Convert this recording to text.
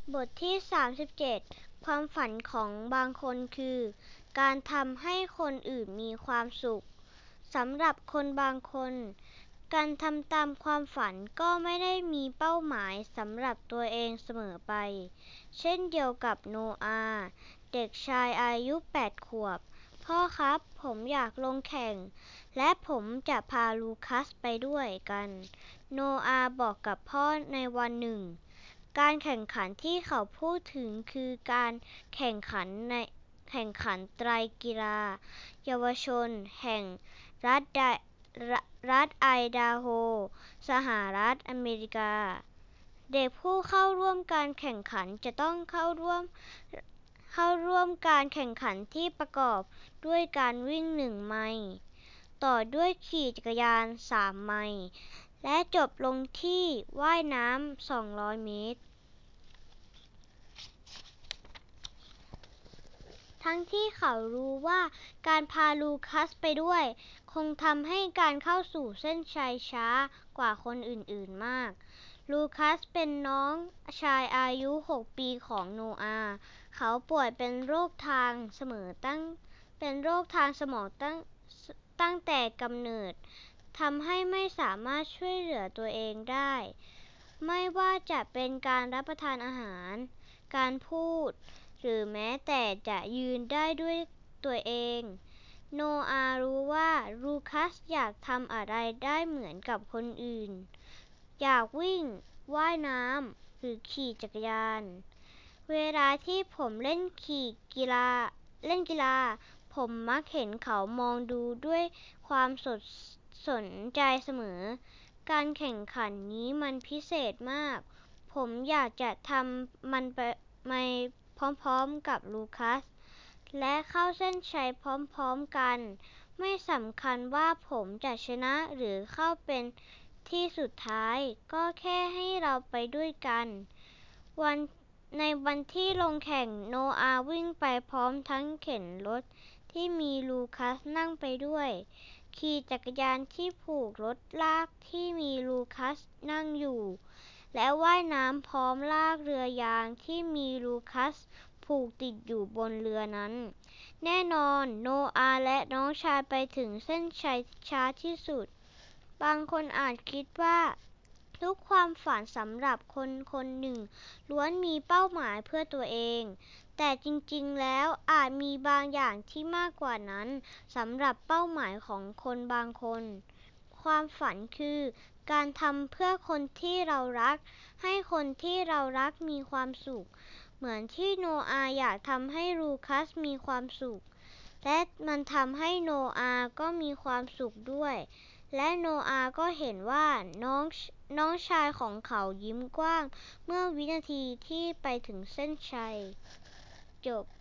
บทที่37ความฝันของบางคนคือการทำให้คนอื่นมีความสุขสำหรับคนบางคนการทำตามความฝันก็ไม่ได้มีเป้าหมายสำหรับตัวเองเสมอไปเช่นเดียวกับโนอาห์เด็กชายอายุ8 ขวบพ่อครับผมอยากลงแข่งและผมจะพาลูคัสไปด้วยกันโนอาห์บอกกับพ่อในวันหนึ่งการแข่งขันที่เขาพูดถึงคือการแข่งขันไตรกีฬาเยาวชนแห่งรัฐไอดาโฮสหรัฐอเมริกาเด็กผู้เข้าร่วมการแข่งขันจะต้องเข้าร่วมการแข่งขันที่ประกอบด้วยการวิ่ง1 ไมล์ต่อด้วยขี่จักรยาน3 ไมล์และจบลงที่ว่ายน้ำ200 เมตรทั้งที่เขารู้ว่าการพาลูคัสไปด้วยคงทำให้การเข้าสู่เส้นชัยช้ากว่าคนอื่นๆมากลูคัสเป็นน้องชายอายุ6 ปีของโนอาห์เขาป่วยเป็นโรคทางสมองตั้งแต่กำเนิดทำให้ไม่สามารถช่วยเหลือตัวเองได้ไม่ว่าจะเป็นการรับประทานอาหารการพูดหรือแม้แต่จะยืนได้ด้วยตัวเองโนอาห์รู้ว่าลูคัสอยากทำอะไรได้เหมือนกับคนอื่นอยากวิ่งว่ายน้ำหรือขี่จักรยานเวลาที่ผมเล่นกีฬาผมมักเห็นเขามองดูด้วยความสนใจเสมอการแข่งขันนี้มันพิเศษมากผมอยากจะทำมันไปพร้อมๆกับลูคัสและเข้าเส้นชัยพร้อมๆกันไม่สำคัญว่าผมจะชนะหรือเข้าเป็นที่สุดท้ายก็แค่ให้เราไปด้วยกันในวันที่ลงแข่งโนอาห์วิ่งไปพร้อมทั้งเข็นรถที่มีลูคัสนั่งไปด้วยขี่จักรยานที่ผูกรถลากที่มีลูคัสนั่งอยู่และว่ายน้ำพร้อมลากเรือยางที่มีลูคัสผูกติดอยู่บนเรือนั้นแน่นอนโนอาห์และน้องชายไปถึงเส้นชัยช้าที่สุดบางคนอาจคิดว่าทุกความฝันสำหรับคนคนหนึ่งล้วนมีเป้าหมายเพื่อตัวเองแต่จริงๆแล้วอาจมีบางอย่างที่มากกว่านั้นสำหรับเป้าหมายของคนบางคนความฝันคือการทำเพื่อคนที่เรารักให้คนที่เรารักมีความสุขเหมือนที่โนอาห์อยากทำให้ลูคัสมีความสุขและมันทำให้โนอาห์ก็มีความสุขด้วยและโนอาห์ก็เห็นว่าน้องชายของเขายิ้มกว้างเมื่อวินาทีที่ไปถึงเส้นชัยจบ